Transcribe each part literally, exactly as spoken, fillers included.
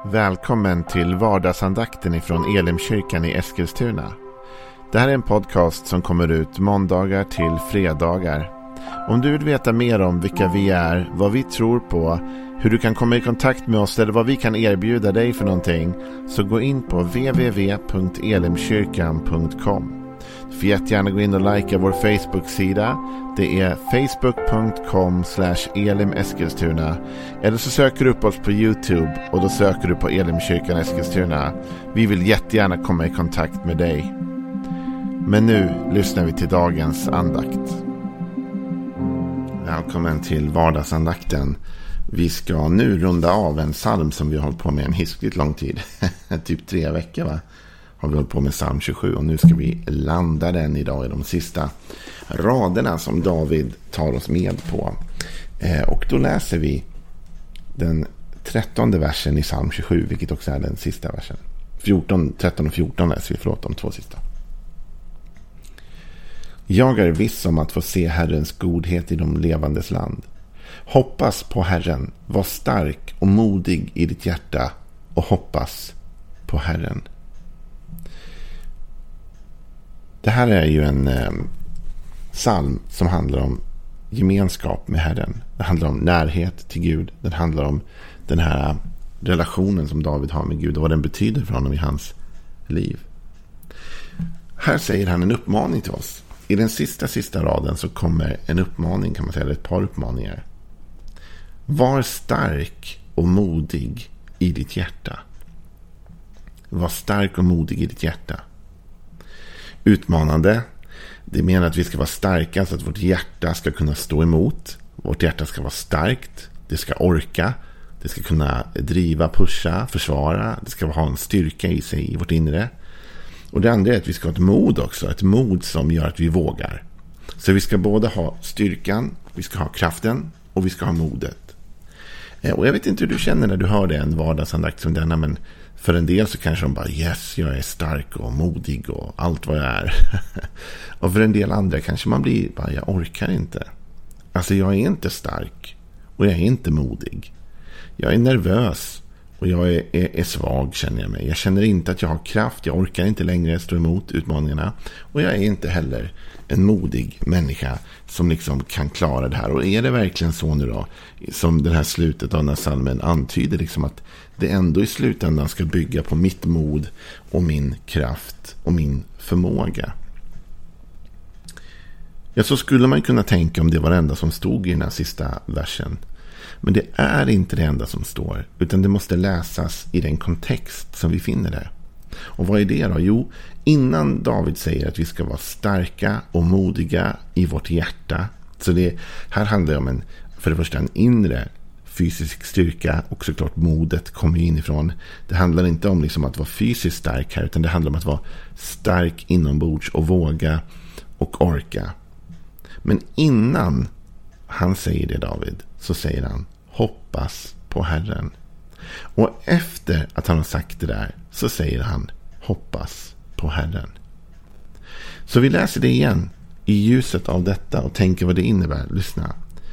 Välkommen till vardagsandakten ifrån Elimkyrkan i Eskilstuna. Det här är en podcast som kommer ut måndagar till fredagar. Om du vill veta mer om vilka vi är, vad vi tror på, hur du kan komma i kontakt med oss eller vad vi kan erbjuda dig för någonting, så gå in på w w w punkt elimkyrkan punkt com. Du får jättegärna gå in och likea vår Facebook-sida. Det är facebook punkt com slash elimeskilstuna. Eller så söker du upp oss på YouTube och då söker du på Elimkyrkan Eskilstuna. Vi vill jättegärna komma i kontakt med dig. Men nu lyssnar vi till dagens andakt. Välkommen till vardagsandakten. Vi ska nu runda av en psalm som vi har hållit på med en hiskligt lång tid. Typ tre veckor va? Har vi hållit på med psalm tjugosju och nu ska vi landa den idag i de sista raderna som David tar oss med på. Eh, och då läser vi den trettonde versen i psalm tjugosju, vilket också är den sista versen. fjorton, tretton och fjorton läser vi, förlåt, de två sista. Jag är viss om att få se Herrens godhet i de levandes land. Hoppas på Herren, var stark och modig i ditt hjärta och hoppas på Herren. Det här är ju en eh, psalm som handlar om gemenskap med Herren. Det handlar om närhet till Gud. Det handlar om den här relationen som David har med Gud och vad den betyder för honom i hans liv. Här säger han en uppmaning till oss. I den sista, sista raden så kommer en uppmaning, kan man säga, eller ett par uppmaningar. Var stark och modig i ditt hjärta. Var stark och modig i ditt hjärta. Utmanande. Det menar att vi ska vara starka så att vårt hjärta ska kunna stå emot. Vårt hjärta ska vara starkt. Det ska orka. Det ska kunna driva, pusha, försvara. Det ska ha en styrka i sig i vårt inre. Och det andra är att vi ska ha ett mod också. Ett mod som gör att vi vågar. Så vi ska både ha styrkan, vi ska ha kraften och vi ska ha modet. Och jag vet inte hur du känner när du hör det en vardagsandakt som denna, men för en del så kanske de bara, yes, jag är stark och modig och allt vad jag är. Och för en del andra kanske man blir bara, jag orkar inte. Alltså jag är inte stark och jag är inte modig. Jag är nervös och jag är, är, är svag, känner jag mig. Jag känner inte att jag har kraft, jag orkar inte längre stå emot utmaningarna. Och jag är inte heller en modig människa som liksom kan klara det här. Och är det verkligen så nu då, som den här slutet av den här psalmen antyder, liksom att det ändå i slutändan ska bygga på mitt mod och min kraft och min förmåga. Ja, så skulle man kunna tänka om det var det enda som stod i den här sista versen. Men det är inte det enda som står, utan det måste läsas i den kontext som vi finner där. Och vad är det då? Jo, innan David säger att vi ska vara starka och modiga i vårt hjärta. Så det här handlar om en, för det första en inre fysisk styrka, och såklart modet kommer ju inifrån. Det handlar inte om liksom att vara fysiskt stark här, utan det handlar om att vara stark inombords och våga och orka. Men innan han säger det, David, så säger han hoppas på Herren. Och efter att han har sagt det där så säger han hoppas på Herren. Så vi läser det igen i ljuset av detta och tänker vad det innebär. Lyssna.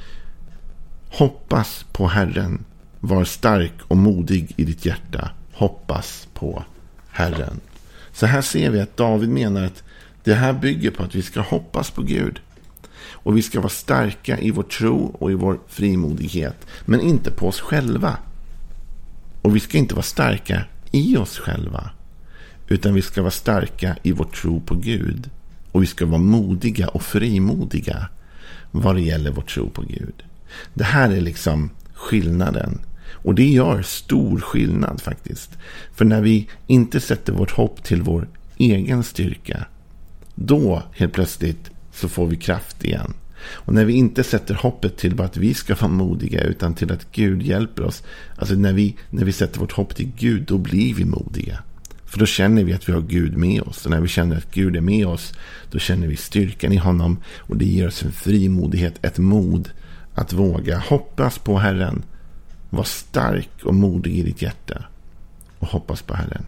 Hoppas på Herren. Var stark och modig i ditt hjärta. Hoppas på Herren. Så här ser vi att David menar att det här bygger på att vi ska hoppas på Gud. Och vi ska vara starka i vår tro och i vår frimodighet. Men inte på oss själva. Och vi ska inte vara starka i oss själva. Utan vi ska vara starka i vår tro på Gud. Och vi ska vara modiga och frimodiga vad det gäller vår tro på Gud. Det här är liksom skillnaden. Och det gör stor skillnad faktiskt. För när vi inte sätter vårt hopp till vår egen styrka, då helt plötsligt så får vi kraft igen. Och när vi inte sätter hoppet till bara att vi ska vara modiga, utan till att Gud hjälper oss. Alltså när vi, när vi sätter vårt hopp till Gud, då blir vi modiga. För då känner vi att vi har Gud med oss. Och när vi känner att Gud är med oss, då känner vi styrkan i honom. Och det ger oss en frimodighet, ett mod att våga hoppas på Herren. Var stark och modig i ditt hjärta. Och hoppas på Herren.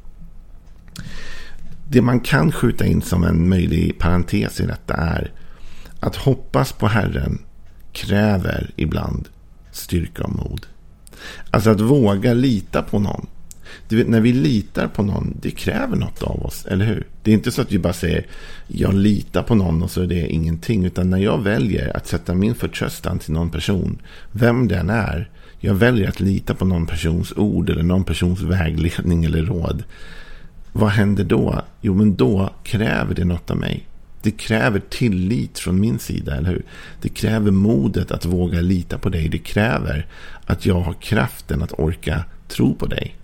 Det man kan skjuta in som en möjlig parentes i detta är att hoppas på Herren kräver ibland styrka och mod. Alltså att våga lita på någon Du vet, när vi litar på någon, det kräver något av oss, eller hur? Det är inte så att vi bara säger, jag litar på någon och så är det ingenting. Utan när jag väljer att sätta min förtröstan till någon person, vem den är, jag väljer att lita på någon persons ord eller någon persons vägledning eller råd. Vad händer då? Jo, men då kräver det något av mig. Det kräver tillit från min sida, eller hur? Det kräver modet att våga lita på dig. Det kräver att jag har kraften att orka tro på dig.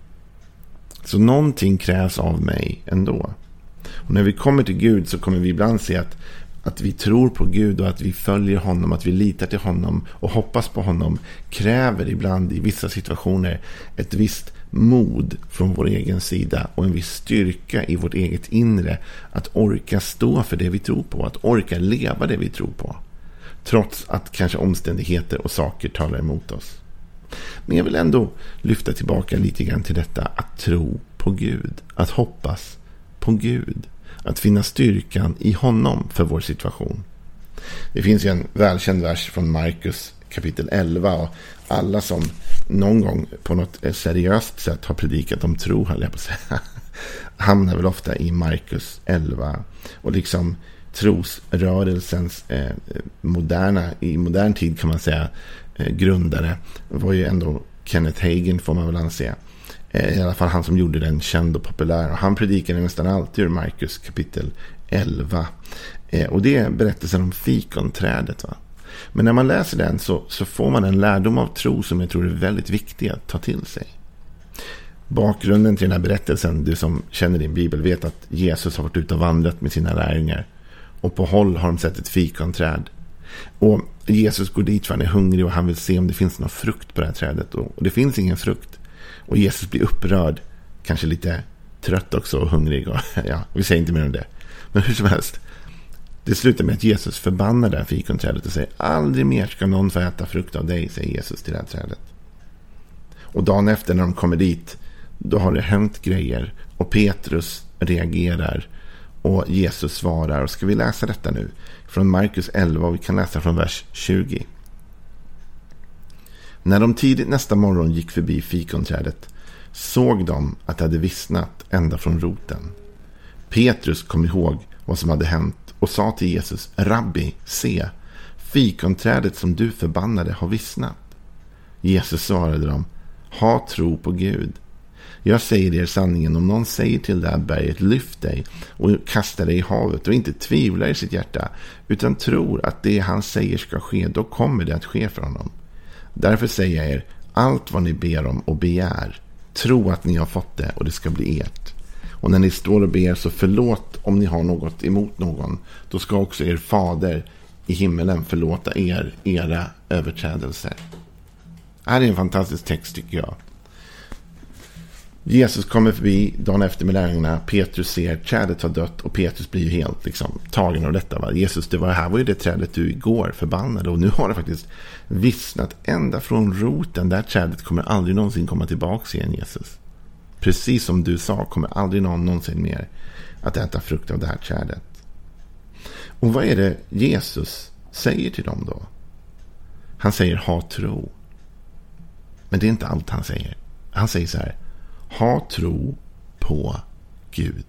Så någonting krävs av mig ändå. Och när vi kommer till Gud så kommer vi ibland se att, att vi tror på Gud och att vi följer honom, att vi litar till honom och hoppas på honom, kräver ibland i vissa situationer ett visst mod från vår egen sida och en viss styrka i vårt eget inre att orka stå för det vi tror på, att orka leva det vi tror på, trots att kanske omständigheter och saker talar emot oss. Men jag vill ändå lyfta tillbaka lite grann till detta att tro på Gud, att hoppas på Gud, att finna styrkan i honom för vår situation. Det finns ju en välkänd vers från Markus kapitel elva, och alla som någon gång på något seriöst sätt har predikat om tro, höll jag på att säga, hamnar väl ofta i Markus elva. Och liksom trosrörelsens eh, moderna, i modern tid kan man säga, eh, grundare var ju ändå Kenneth Hagin, får man väl anse. Eh, I alla fall han som gjorde den känd och populär. Och han predikade nästan alltid ur Markus kapitel elva. Eh, och det är berättelsen om fikonträdet, va? Men när man läser den så, så får man en lärdom av tro som jag tror är väldigt viktig att ta till sig. Bakgrunden till den här berättelsen, du som känner din bibel vet att Jesus har varit ute och vandrat med sina lärjungar. Och på håll har de sett ett fikonträd. Och Jesus går dit för han är hungrig och han vill se om det finns någon frukt på det här trädet. Och det finns ingen frukt. Och Jesus blir upprörd, kanske lite trött också och hungrig. Och, ja, vi säger inte mer om det. Men hur som helst. Det slutar med att Jesus förbannar det här fikonträdet och säger, aldrig mer ska någon få äta frukt av dig, säger Jesus till det här trädet. Och dagen efter när de kommer dit, då har det hänt grejer. Och Petrus reagerar och Jesus svarar. Och ska vi läsa detta nu från Markus elva, och vi kan läsa från vers tjugo. När de tidigt nästa morgon gick förbi fikonträdet såg de att det hade vissnat ända från roten. Petrus kom ihåg vad som hade hänt och sa till Jesus, Rabbi, se, fikonträdet som du förbannade har vissnat. Jesus svarade dem, ha tro på Gud. Jag säger er sanningen, om någon säger till det här berget, lyft dig och kasta dig i havet och inte tvivlar i sitt hjärta, utan tror att det han säger ska ske, då kommer det att ske för honom. Därför säger jag er, allt vad ni ber om och begär, tro att ni har fått det och det ska bli ert. Och när ni står och ber, så förlåt om ni har något emot någon. Då ska också er fader i himmelen förlåta er era överträdelser. Det här är en fantastisk text tycker jag. Jesus kommer förbi dagen efter med lärjungarna. Petrus ser trädet har dött och Petrus blir ju helt liksom tagen av detta. Va? Jesus, det var, här var ju det trädet du igår förbannade och nu har det faktiskt vissnat ända från roten. Det här trädet kommer aldrig någonsin komma tillbaka igen, Jesus. Precis som du sa kommer aldrig någon någonsin mer att äta frukt av det här trädet. Och vad är det Jesus säger till dem då? Han säger ha tro. Men det är inte allt han säger. Han säger så här, ha tro på Gud.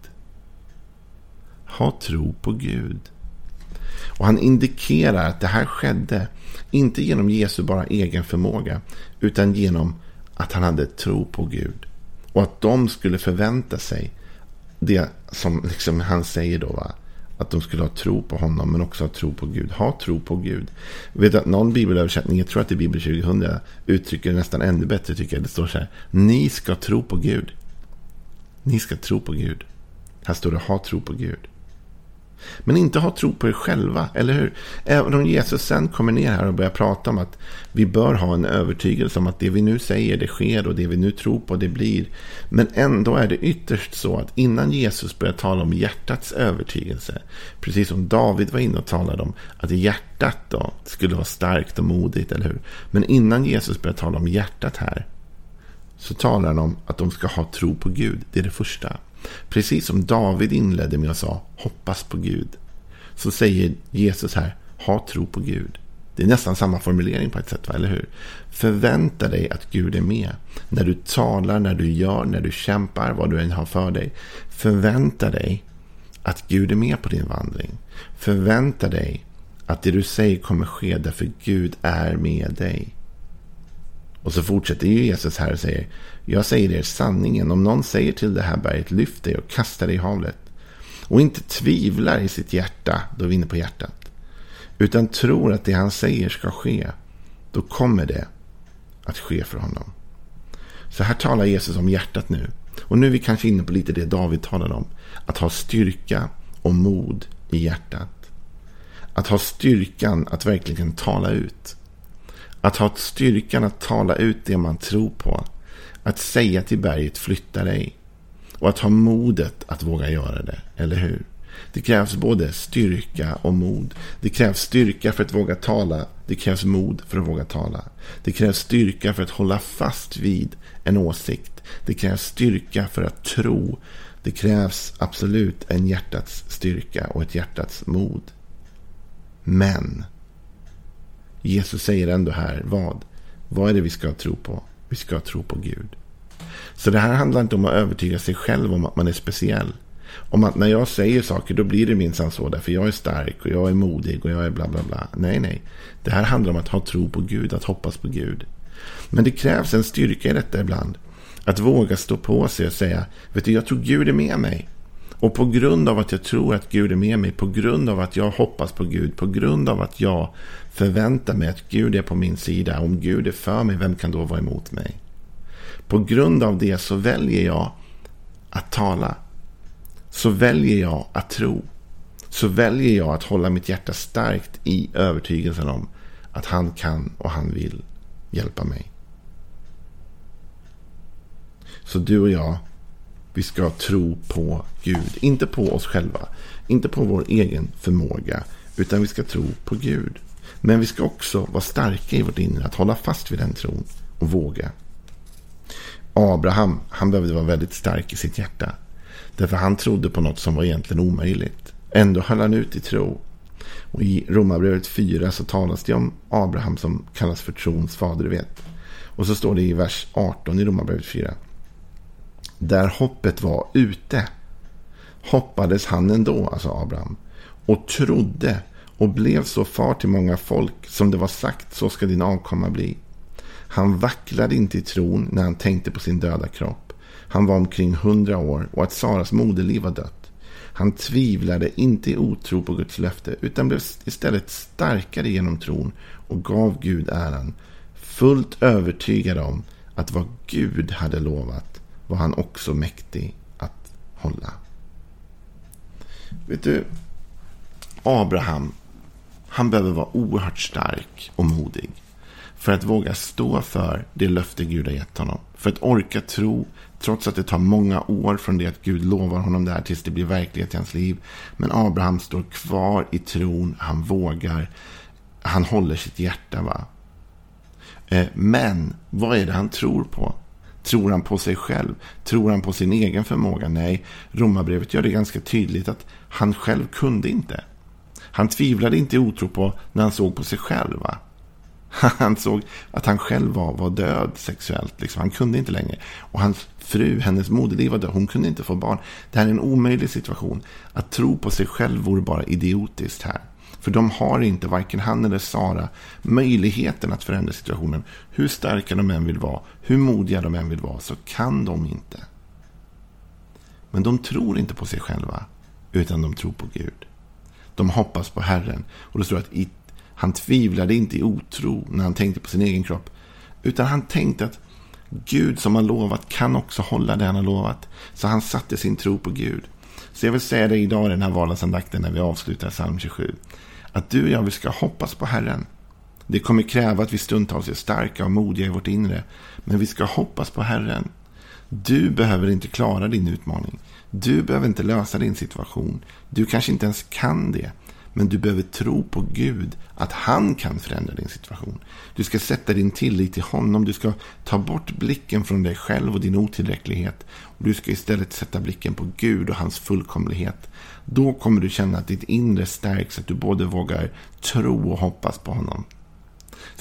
Ha tro på Gud. Och han indikerar att det här skedde inte genom Jesu bara egen förmåga, utan genom att han hade tro på Gud. Och att de skulle förvänta sig det som liksom han säger då, va? Att de skulle ha tro på honom men också ha tro på Gud. Ha tro på Gud. Jag vet att någon bibelöversättning, jag tror att det är Bibel tjugohundra, uttrycker det nästan ännu bättre tycker jag. Det står så här, ni ska tro på Gud. Ni ska tro på Gud. Här står det ha tro på Gud. Men inte ha tro på er själva, eller hur? Även om Jesus sen kommer ner här och börjar prata om att vi bör ha en övertygelse om att det vi nu säger det sker och det vi nu tror på det blir. Men ändå är det ytterst så att innan Jesus börjar tala om hjärtats övertygelse, precis som David var inne och talade om att hjärtat då skulle vara starkt och modigt, eller hur? Men innan Jesus börjar tala om hjärtat här så talar han om att de ska ha tro på Gud. Det är det första. Precis som David inledde med att säga hoppas på Gud, så säger Jesus här, ha tro på Gud. Det är nästan samma formulering på ett sätt, va? Eller hur? Förvänta dig att Gud är med. När du talar, när du gör, när du kämpar, vad du än har för dig. Förvänta dig att Gud är med på din vandring. Förvänta dig att det du säger kommer ske därför Gud är med dig. Och så fortsätter ju Jesus här och säger: jag säger er sanningen, om någon säger till det här berget, lyft dig och kasta dig i havet, och inte tvivlar i sitt hjärta, då är vi inne på hjärtat, utan tror att det han säger ska ske, då kommer det att ske för honom. Så här talar Jesus om hjärtat nu. Och nu är vi kanske inne på lite det David talade om. Att ha styrka och mod i hjärtat. Att ha styrkan att verkligen tala ut. Att ha styrkan att tala ut det man tror på. Att säga till berget, flytta dig. Och att ha modet att våga göra det, eller hur? Det krävs både styrka och mod. Det krävs styrka för att våga tala. Det krävs mod för att våga tala. Det krävs styrka för att hålla fast vid en åsikt. Det krävs styrka för att tro. Det krävs absolut en hjärtats styrka och ett hjärtats mod. Men Jesus säger ändå här, vad? Vad är det vi ska tro på? Vi ska tro på Gud. Så det här handlar inte om att övertyga sig själv om att man är speciell. Om att när jag säger saker, då blir det minsann så, därför jag är stark och jag är modig och jag är bla bla bla. Nej, nej. Det här handlar om att ha tro på Gud, att hoppas på Gud. Men det krävs en styrka i detta ibland. Att våga stå på sig och säga, vet du, jag tror Gud är med mig. Och på grund av att jag tror att Gud är med mig, på grund av att jag hoppas på Gud, på grund av att jag förväntar mig att Gud är på min sida, om Gud är för mig, vem kan då vara emot mig? På grund av det så väljer jag att tala. Så väljer jag att tro. Så väljer jag att hålla mitt hjärta starkt i övertygelsen om att han kan och han vill hjälpa mig. Så du och jag, vi ska tro på Gud. Inte på oss själva. Inte på vår egen förmåga. Utan vi ska tro på Gud. Men vi ska också vara starka i vårt inre. Att hålla fast vid den tron. Och våga. Abraham, han behövde vara väldigt stark i sitt hjärta. Därför han trodde på något som var egentligen omöjligt. Ändå höll han ut i tro. Och i Romarbrevet fyra så talas det om Abraham som kallas för trons fader, vet. Och så står det i vers arton i Romarbrevet fyra. Där hoppet var ute hoppades han ändå, alltså Abraham, och trodde och blev så far till många folk som det var sagt, så ska din avkomma bli. Han vacklade inte i tron när han tänkte på sin döda kropp. Han var omkring hundra år och att Saras moderliv var dött. Han tvivlade inte i otro på Guds löfte utan blev istället starkare genom tron och gav Gud äran, fullt övertygad om att vad Gud hade lovat var han också mäktig att hålla. Vet du, Abraham, han behöver vara oerhört stark och modig för att våga stå för det löfte Gud har gett honom. För att orka tro, trots att det tar många år från det att Gud lovar honom där tills det blir verklighet i hans liv. Men Abraham står kvar i tron, han vågar, han håller sitt hjärta, va? Men vad är det han tror på? Tror han på sig själv? Tror han på sin egen förmåga? Nej, Romarbrevet gör det ganska tydligt att han själv kunde inte. Han tvivlade inte i otro på när han såg på sig själv, va? Han såg att han själv var, var död sexuellt. Liksom. Han kunde inte längre. Och hans fru, hennes moderliv var död. Hon kunde inte få barn. Det här är en omöjlig situation. Att tro på sig själv vore bara idiotiskt här. För de har inte, varken han eller Sara, möjligheten att förändra situationen. Hur starka de än vill vara, hur modiga de än vill vara, så kan de inte. Men de tror inte på sig själva, utan de tror på Gud. De hoppas på Herren. Och det står att i han tvivlade inte i otro när han tänkte på sin egen kropp. Utan han tänkte att Gud som har lovat kan också hålla det han har lovat. Så han satte sin tro på Gud. Så jag vill säga det idag i den här vardagsandakten när vi avslutar psalm tjugosju. Att du och jag, vi ska hoppas på Herren. Det kommer kräva att vi stundtals är starka och modiga i vårt inre. Men vi ska hoppas på Herren. Du behöver inte klara din utmaning. Du behöver inte lösa din situation. Du kanske inte ens kan det. Men du behöver tro på Gud att han kan förändra din situation. Du ska sätta din tillit till honom. Du ska ta bort blicken från dig själv och din otillräcklighet. Och du ska istället sätta blicken på Gud och hans fullkomlighet. Då kommer du känna att ditt inre stärks, att du både vågar tro och hoppas på honom.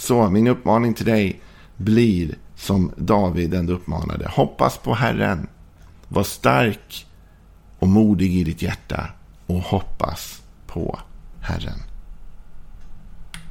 Så min uppmaning till dig blir som David ändå uppmanade. Hoppas på Herren. Var stark och modig i ditt hjärta och hoppas på Herren.